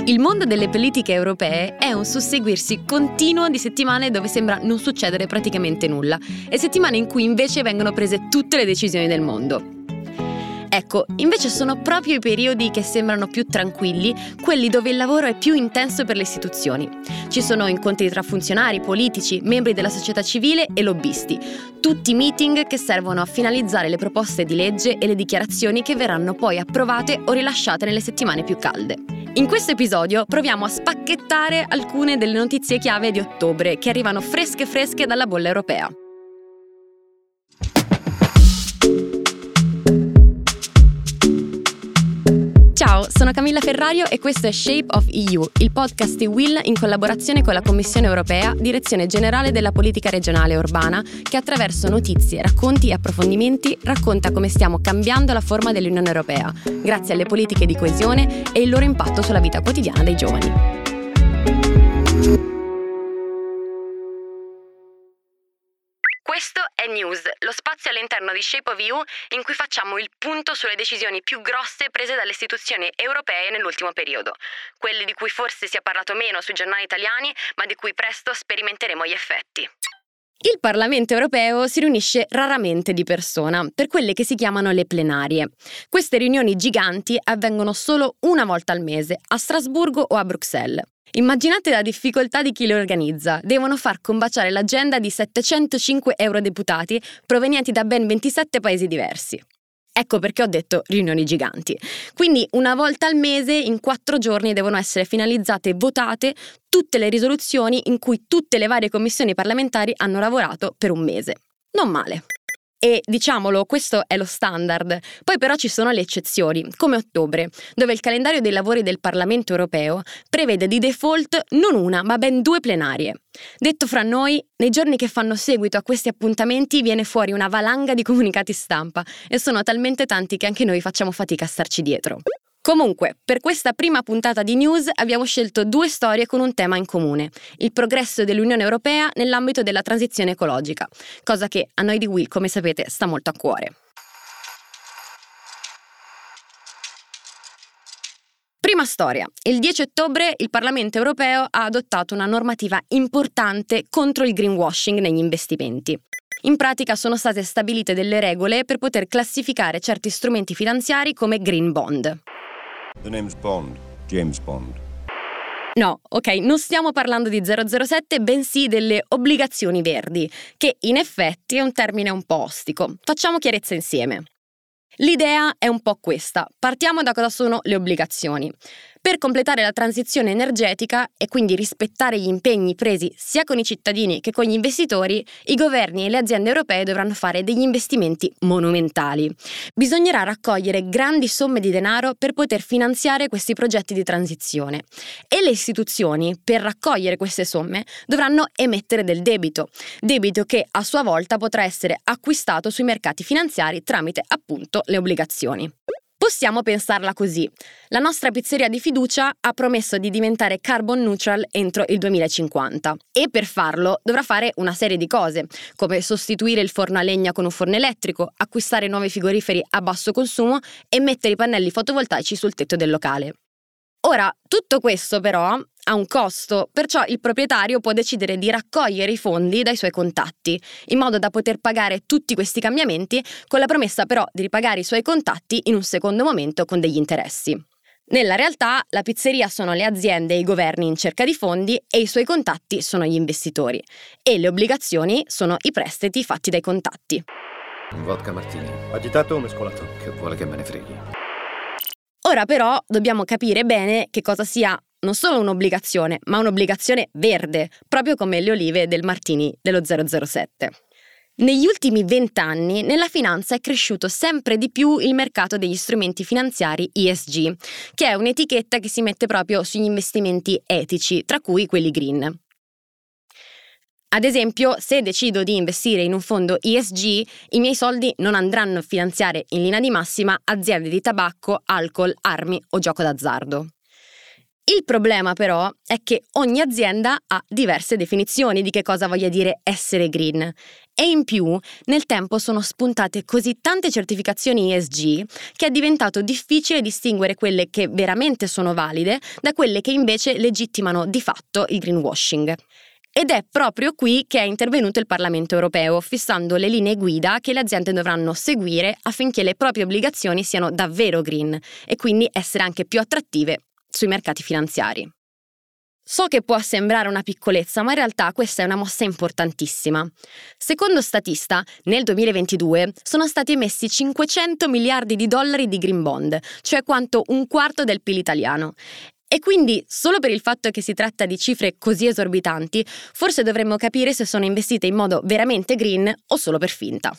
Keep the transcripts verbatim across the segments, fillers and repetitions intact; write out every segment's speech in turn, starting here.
Il mondo delle politiche europee è un susseguirsi continuo di settimane dove sembra non succedere praticamente nulla e settimane in cui invece vengono prese tutte le decisioni del mondo. Ecco, invece sono proprio i periodi che sembrano più tranquilli, quelli dove il lavoro è più intenso per le istituzioni. Ci sono incontri tra funzionari, politici, membri della società civile e lobbisti. Tutti meeting che servono a finalizzare le proposte di legge e le dichiarazioni che verranno poi approvate o rilasciate nelle settimane più calde. In questo episodio proviamo a spacchettare alcune delle notizie chiave di ottobre che arrivano fresche fresche dalla bolla europea. Ciao, sono Camilla Ferrario e questo è Shape of E U, il podcast di Will in collaborazione con la Commissione Europea, Direzione Generale della Politica Regionale e Urbana, che attraverso notizie, racconti e approfondimenti racconta come stiamo cambiando la forma dell'Unione Europea, grazie alle politiche di coesione e il loro impatto sulla vita quotidiana dei giovani. Questo è News, lo spazio all'interno di Shape of E U in cui facciamo il punto sulle decisioni più grosse prese dalle istituzioni europee nell'ultimo periodo. Quelli di cui forse si è parlato meno sui giornali italiani, ma di cui presto sperimenteremo gli effetti. Il Parlamento europeo si riunisce raramente di persona, per quelle che si chiamano le plenarie. Queste riunioni giganti avvengono solo una volta al mese, a Strasburgo o a Bruxelles. Immaginate la difficoltà di chi le organizza. Devono far combaciare l'agenda di settecentocinque eurodeputati provenienti da ben ventisette paesi diversi. Ecco perché ho detto riunioni giganti. Quindi una volta al mese, in quattro giorni, devono essere finalizzate e votate tutte le risoluzioni in cui tutte le varie commissioni parlamentari hanno lavorato per un mese. Non male. E diciamolo, questo è lo standard. Poi però ci sono le eccezioni, come ottobre, dove il calendario dei lavori del Parlamento europeo prevede di default non una, ma ben due plenarie. Detto fra noi, nei giorni che fanno seguito a questi appuntamenti viene fuori una valanga di comunicati stampa e sono talmente tanti che anche noi facciamo fatica a starci dietro. Comunque, per questa prima puntata di News abbiamo scelto due storie con un tema in comune: il progresso dell'Unione Europea nell'ambito della transizione ecologica, cosa che a noi di Will, come sapete, sta molto a cuore. Prima storia. Il dieci ottobre il Parlamento europeo ha adottato una normativa importante contro il greenwashing negli investimenti. In pratica sono state stabilite delle regole per poter classificare certi strumenti finanziari come green bond. The name's Bond, James Bond. No, ok, non stiamo parlando di zero zero sette, bensì delle obbligazioni verdi, che in effetti è un termine un po' ostico. Facciamo chiarezza insieme. L'idea è un po' questa. Partiamo da cosa sono le obbligazioni. Per completare la transizione energetica e quindi rispettare gli impegni presi sia con i cittadini che con gli investitori, i governi e le aziende europee dovranno fare degli investimenti monumentali. Bisognerà raccogliere grandi somme di denaro per poter finanziare questi progetti di transizione. E le istituzioni, per raccogliere queste somme, dovranno emettere del debito. Debito che a sua volta potrà essere acquistato sui mercati finanziari tramite appunto le obbligazioni. Possiamo pensarla così. La nostra pizzeria di fiducia ha promesso di diventare carbon neutral entro il duemilacinquanta e per farlo dovrà fare una serie di cose, come sostituire il forno a legna con un forno elettrico, acquistare nuovi frigoriferi a basso consumo e mettere i pannelli fotovoltaici sul tetto del locale. Ora, tutto questo però ha un costo, perciò il proprietario può decidere di raccogliere i fondi dai suoi contatti, in modo da poter pagare tutti questi cambiamenti, con la promessa però di ripagare i suoi contatti in un secondo momento con degli interessi. Nella realtà, la pizzeria sono le aziende e i governi in cerca di fondi e i suoi contatti sono gli investitori. E le obbligazioni sono i prestiti fatti dai contatti. Un vodka martini. Agitato o mescolato? Che vuole che me ne freghi. Ora però dobbiamo capire bene che cosa sia non solo un'obbligazione, ma un'obbligazione verde, proprio come le olive del martini dello zero zero sette. Negli ultimi vent'anni nella finanza è cresciuto sempre di più il mercato degli strumenti finanziari E S G, che è un'etichetta che si mette proprio sugli investimenti etici, tra cui quelli green. Ad esempio, se decido di investire in un fondo E S G, i miei soldi non andranno a finanziare in linea di massima aziende di tabacco, alcol, armi o gioco d'azzardo. Il problema però è che ogni azienda ha diverse definizioni di che cosa voglia dire essere green E in più, nel tempo sono spuntate così tante certificazioni E S G che è diventato difficile distinguere quelle che veramente sono valide da quelle che invece legittimano di fatto il greenwashing. Ed è proprio qui che è intervenuto il Parlamento europeo, fissando le linee guida che le aziende dovranno seguire affinché le proprie obbligazioni siano davvero green e quindi essere anche più attrattive sui mercati finanziari. So che può sembrare una piccolezza, ma in realtà questa è una mossa importantissima. Secondo Statista, nel duemilaventidue sono stati emessi cinquecento miliardi di dollari di green bond, cioè quanto un quarto del P I L italiano. E quindi, solo per il fatto che si tratta di cifre così esorbitanti, forse dovremmo capire se sono investite in modo veramente green o solo per finta.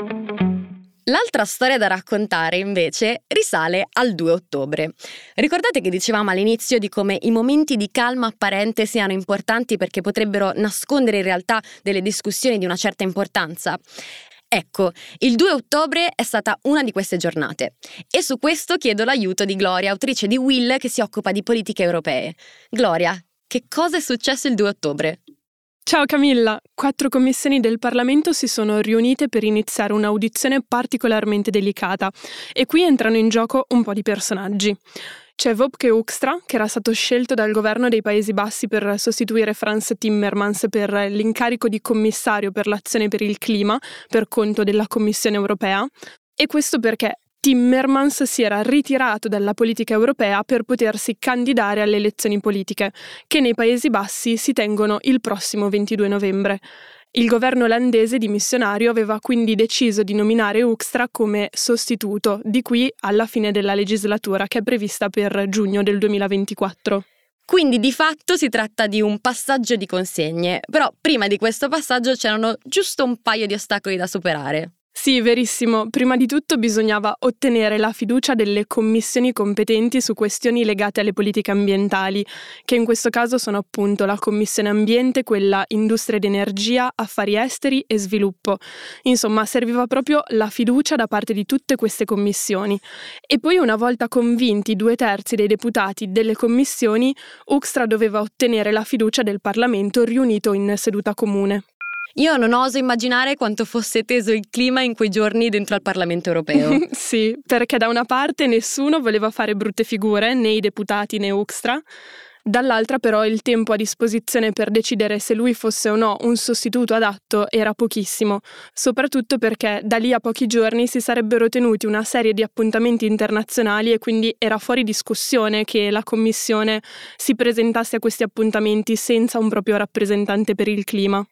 L'altra storia da raccontare, invece, risale al due ottobre. Ricordate che dicevamo all'inizio di come i momenti di calma apparente siano importanti perché potrebbero nascondere in realtà delle discussioni di una certa importanza? Ecco, il due ottobre è stata una di queste giornate e su questo chiedo l'aiuto di Gloria, autrice di Will che si occupa di politiche europee. Gloria, che cosa è successo il due ottobre? Ciao Camilla, quattro commissioni del Parlamento si sono riunite per iniziare un'audizione particolarmente delicata e qui entrano in gioco un po' di personaggi. C'è Wopke Hoekstra, che era stato scelto dal governo dei Paesi Bassi per sostituire Frans Timmermans per l'incarico di commissario per l'azione per il clima per conto della Commissione europea, e questo perché Timmermans si era ritirato dalla politica europea per potersi candidare alle elezioni politiche, che nei Paesi Bassi si tengono il prossimo ventidue novembre. Il governo olandese dimissionario aveva quindi deciso di nominare Hoekstra come sostituto, di qui alla fine della legislatura, che è prevista per giugno del duemilaventiquattro. Quindi di fatto si tratta di un passaggio di consegne, però prima di questo passaggio c'erano giusto un paio di ostacoli da superare. Sì, verissimo. Prima di tutto bisognava ottenere la fiducia delle commissioni competenti su questioni legate alle politiche ambientali, che in questo caso sono appunto la Commissione Ambiente, quella Industria ed Energia, Affari Esteri e Sviluppo. Insomma, serviva proprio la fiducia da parte di tutte queste commissioni. E poi, una volta convinti due terzi dei deputati delle commissioni, Hoekstra doveva ottenere la fiducia del Parlamento riunito in seduta comune. Io non oso immaginare quanto fosse teso il clima in quei giorni dentro al Parlamento europeo. Sì, perché da una parte nessuno voleva fare brutte figure, né i deputati né Hoekstra, dall'altra però il tempo a disposizione per decidere se lui fosse o no un sostituto adatto era pochissimo, soprattutto perché da lì a pochi giorni si sarebbero tenuti una serie di appuntamenti internazionali e quindi era fuori discussione che la Commissione si presentasse a questi appuntamenti senza un proprio rappresentante per il clima.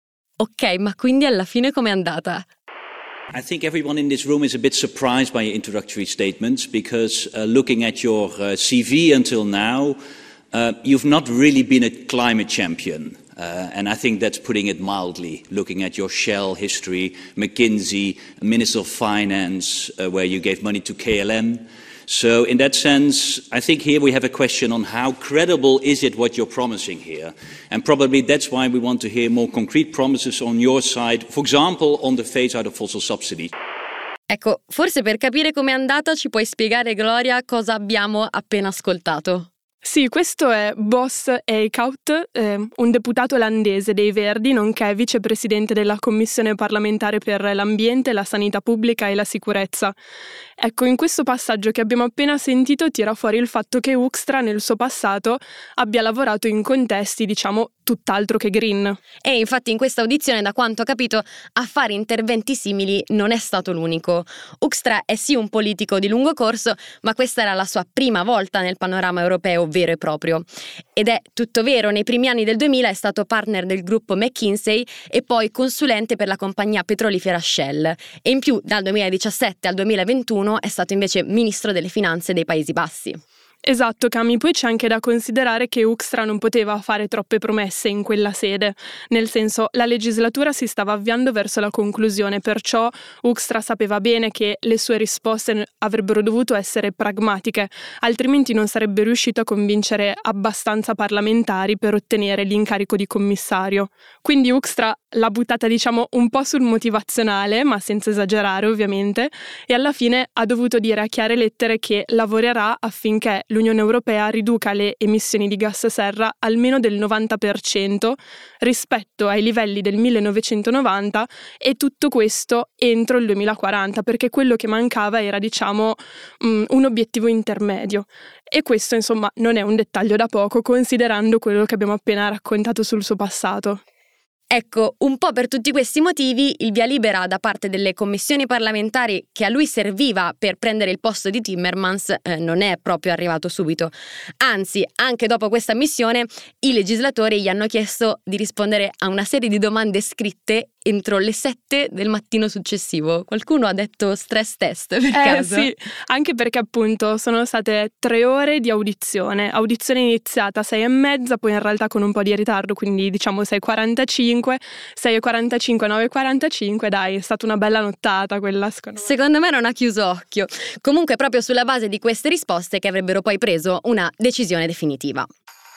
Ok, ma quindi alla fine com'è andata? I think everyone in this room is a bit surprised by your introductory statements because uh, looking at your uh, C V until now, uh, you've not really been a climate champion. Uh, and I think that's putting it mildly, looking at your Shell history, McKinsey, Minister of Finance, uh, where you gave money to K L M. So in that sense, I think here we have a question on how credible is it what you're promising here? And probably that's why we want to hear more concrete promises on your side, for example, on the phase out of fossil subsidies. Ecco, forse per capire com'è andata ci puoi spiegare, Gloria, cosa abbiamo appena ascoltato? Sì, questo è Bas Eickhout, eh, un deputato olandese dei Verdi, nonché vicepresidente della Commissione parlamentare per l'ambiente, la sanità pubblica e la sicurezza. Ecco, in questo passaggio che abbiamo appena sentito tira fuori il fatto che Hoekstra nel suo passato abbia lavorato in contesti, diciamo, tutt'altro che green. E infatti in questa audizione, da quanto ho capito, a fare interventi simili non è stato l'unico. Hoekstra è sì un politico di lungo corso, ma questa era la sua prima volta nel panorama europeo vero e proprio. Ed è tutto vero, nei primi anni del duemila è stato partner del gruppo McKinsey e poi consulente per la compagnia petrolifera Shell. E in più, dal duemiladiciassette al duemilaventuno è stato invece ministro delle finanze dei Paesi Bassi. Esatto, Cami, poi c'è anche da considerare che Hoekstra non poteva fare troppe promesse in quella sede, nel senso la legislatura si stava avviando verso la conclusione, perciò Hoekstra sapeva bene che le sue risposte avrebbero dovuto essere pragmatiche, altrimenti non sarebbe riuscito a convincere abbastanza parlamentari per ottenere l'incarico di commissario. Quindi Hoekstra l'ha buttata diciamo un po' sul motivazionale, ma senza esagerare ovviamente, e alla fine ha dovuto dire a chiare lettere che lavorerà affinché l'Unione Europea riduca le emissioni di gas serra almeno del novanta per cento rispetto ai livelli del millenovecentonovanta, e tutto questo entro il duemilaquaranta, perché quello che mancava era diciamo un obiettivo intermedio. E questo insomma non è un dettaglio da poco, considerando quello che abbiamo appena raccontato sul suo passato. Ecco, un po' per tutti questi motivi il via libera da parte delle commissioni parlamentari che a lui serviva per prendere il posto di Timmermans eh, non è proprio arrivato subito. Anzi, anche dopo questa missione, i legislatori gli hanno chiesto di rispondere a una serie di domande scritte entro le sette del mattino successivo. Qualcuno ha detto stress test per eh, caso? Sì, anche perché appunto sono state tre ore di audizione. Audizione iniziata a sei e mezza, poi in realtà con un po' di ritardo, quindi diciamo sei e quarantacinque, sei e quarantacinque, nove e quarantacinque, dai, è stata una bella nottata quella. Secondo me. Secondo me non ha chiuso occhio. Comunque proprio sulla base di queste risposte che avrebbero poi preso una decisione definitiva.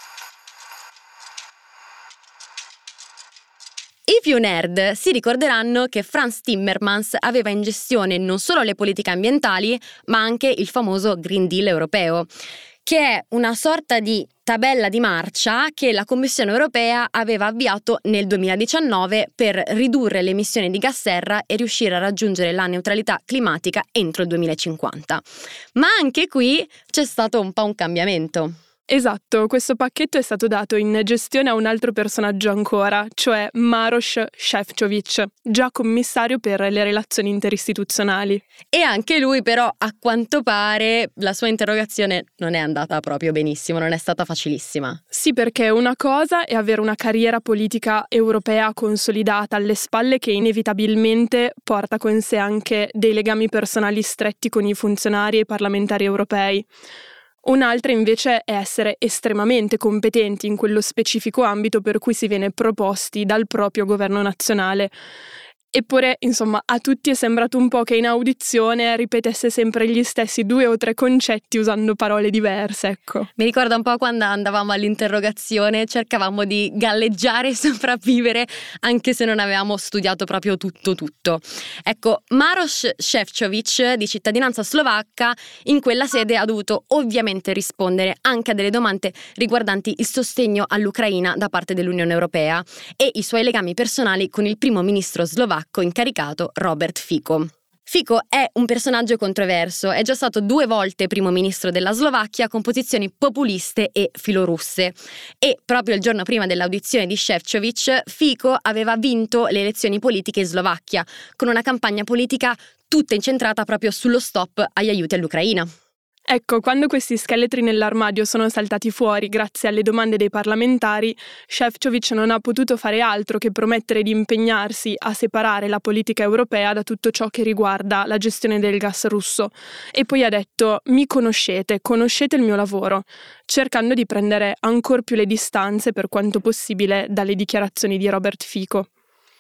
I più nerd si ricorderanno che Frans Timmermans aveva in gestione non solo le politiche ambientali, ma anche il famoso Green Deal europeo, che è una sorta di tabella di marcia che la Commissione europea aveva avviato nel duemiladiciannove per ridurre le emissioni di gas serra e riuscire a raggiungere la neutralità climatica entro il duemilacinquanta. Ma anche qui c'è stato un po' un cambiamento. Esatto, questo pacchetto è stato dato in gestione a un altro personaggio ancora, cioè Maroš Šefčovič, già commissario per le relazioni interistituzionali. E anche lui però, a quanto pare, la sua interrogazione non è andata proprio benissimo, non è stata facilissima. Sì, perché una cosa è avere una carriera politica europea consolidata alle spalle che inevitabilmente porta con sé anche dei legami personali stretti con i funzionari e i parlamentari europei. Un'altra invece è essere estremamente competenti in quello specifico ambito per cui si viene proposti dal proprio governo nazionale. Eppure, insomma, a tutti è sembrato un po' che in audizione ripetesse sempre gli stessi due o tre concetti usando parole diverse, ecco. Mi ricorda un po' quando andavamo all'interrogazione, cercavamo di galleggiare e sopravvivere anche se non avevamo studiato proprio tutto tutto. Ecco, Maroš Šefčovič, di cittadinanza slovacca, in quella sede ha dovuto ovviamente rispondere anche a delle domande riguardanti il sostegno all'Ucraina da parte dell'Unione Europea e i suoi legami personali con il primo ministro slovacco incaricato Robert Fico. Fico è un personaggio controverso, è già stato due volte primo ministro della Slovacchia con posizioni populiste e filorusse e proprio il giorno prima dell'audizione di Šefčovič, Fico aveva vinto le elezioni politiche in Slovacchia con una campagna politica tutta incentrata proprio sullo stop agli aiuti all'Ucraina. Ecco, quando questi scheletri nell'armadio sono saltati fuori grazie alle domande dei parlamentari, Šefčovič non ha potuto fare altro che promettere di impegnarsi a separare la politica europea da tutto ciò che riguarda la gestione del gas russo. E poi ha detto: mi conoscete, conoscete il mio lavoro, cercando di prendere ancor più le distanze per quanto possibile dalle dichiarazioni di Robert Fico.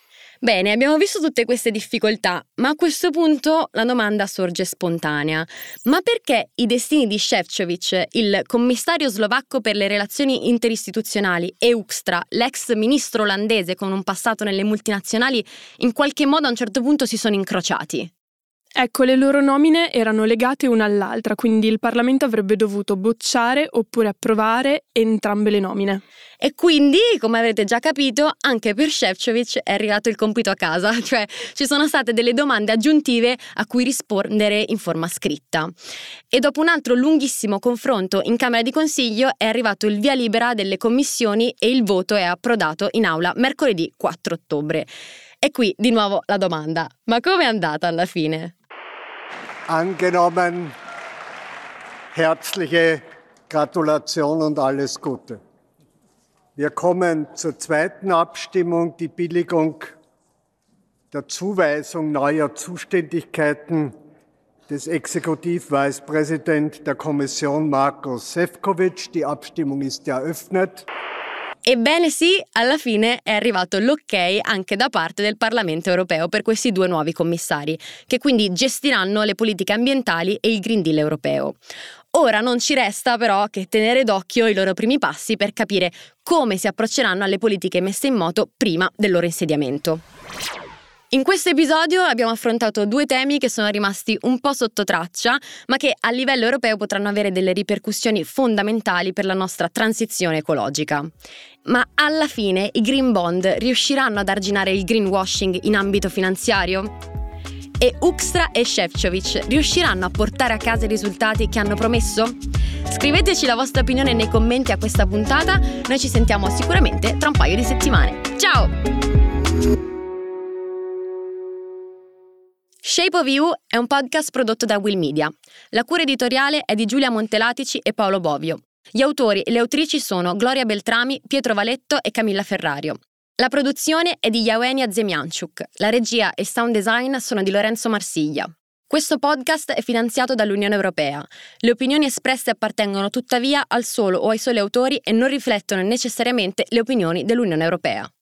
Bene, abbiamo visto tutte queste difficoltà, ma a questo punto la domanda sorge spontanea. Ma perché i destini di Šefčovič, il commissario slovacco per le relazioni interistituzionali, e Hoekstra, l'ex ministro olandese con un passato nelle multinazionali, in qualche modo a un certo punto si sono incrociati? Ecco, le loro nomine erano legate una all'altra, quindi il Parlamento avrebbe dovuto bocciare oppure approvare entrambe le nomine. E quindi, come avrete già capito, anche per Šefčovič è arrivato il compito a casa, cioè ci sono state delle domande aggiuntive a cui rispondere in forma scritta. E dopo un altro lunghissimo confronto in Camera di Consiglio è arrivato il via libera delle commissioni e il voto è approdato in aula mercoledì quattro ottobre. E qui di nuovo la domanda: ma come è andata alla fine? Angenommen, herzliche Gratulation und alles Gute. Wir kommen zur zweiten Abstimmung, die Billigung der Zuweisung neuer Zuständigkeiten des Exekutiv-Vicepräsidenten der Kommission Maroš Šefčovič. Die Abstimmung ist eröffnet. Ebbene sì, alla fine è arrivato l'ok anche da parte del Parlamento europeo per questi due nuovi commissari, che quindi gestiranno le politiche ambientali e il Green Deal europeo. Ora non ci resta però che tenere d'occhio i loro primi passi per capire come si approcceranno alle politiche messe in moto prima del loro insediamento. In questo episodio abbiamo affrontato due temi che sono rimasti un po' sotto traccia, ma che a livello europeo potranno avere delle ripercussioni fondamentali per la nostra transizione ecologica. Ma alla fine i green bond riusciranno ad arginare il greenwashing in ambito finanziario? E Hoekstra e Šefčovič riusciranno a portare a casa i risultati che hanno promesso? Scriveteci la vostra opinione nei commenti a questa puntata, noi ci sentiamo sicuramente tra un paio di settimane. Ciao! Shape of You è un podcast prodotto da Will Media. La cura editoriale è di Giulia Montelatici e Paolo Bovio. Gli autori e le autrici sono Gloria Beltrami, Pietro Valetto e Camilla Ferrario. La produzione è di Eugenia Zemianchuk. La regia e sound design sono di Lorenzo Marsiglia. Questo podcast è finanziato dall'Unione Europea. Le opinioni espresse appartengono tuttavia al solo o ai soli autori e non riflettono necessariamente le opinioni dell'Unione Europea.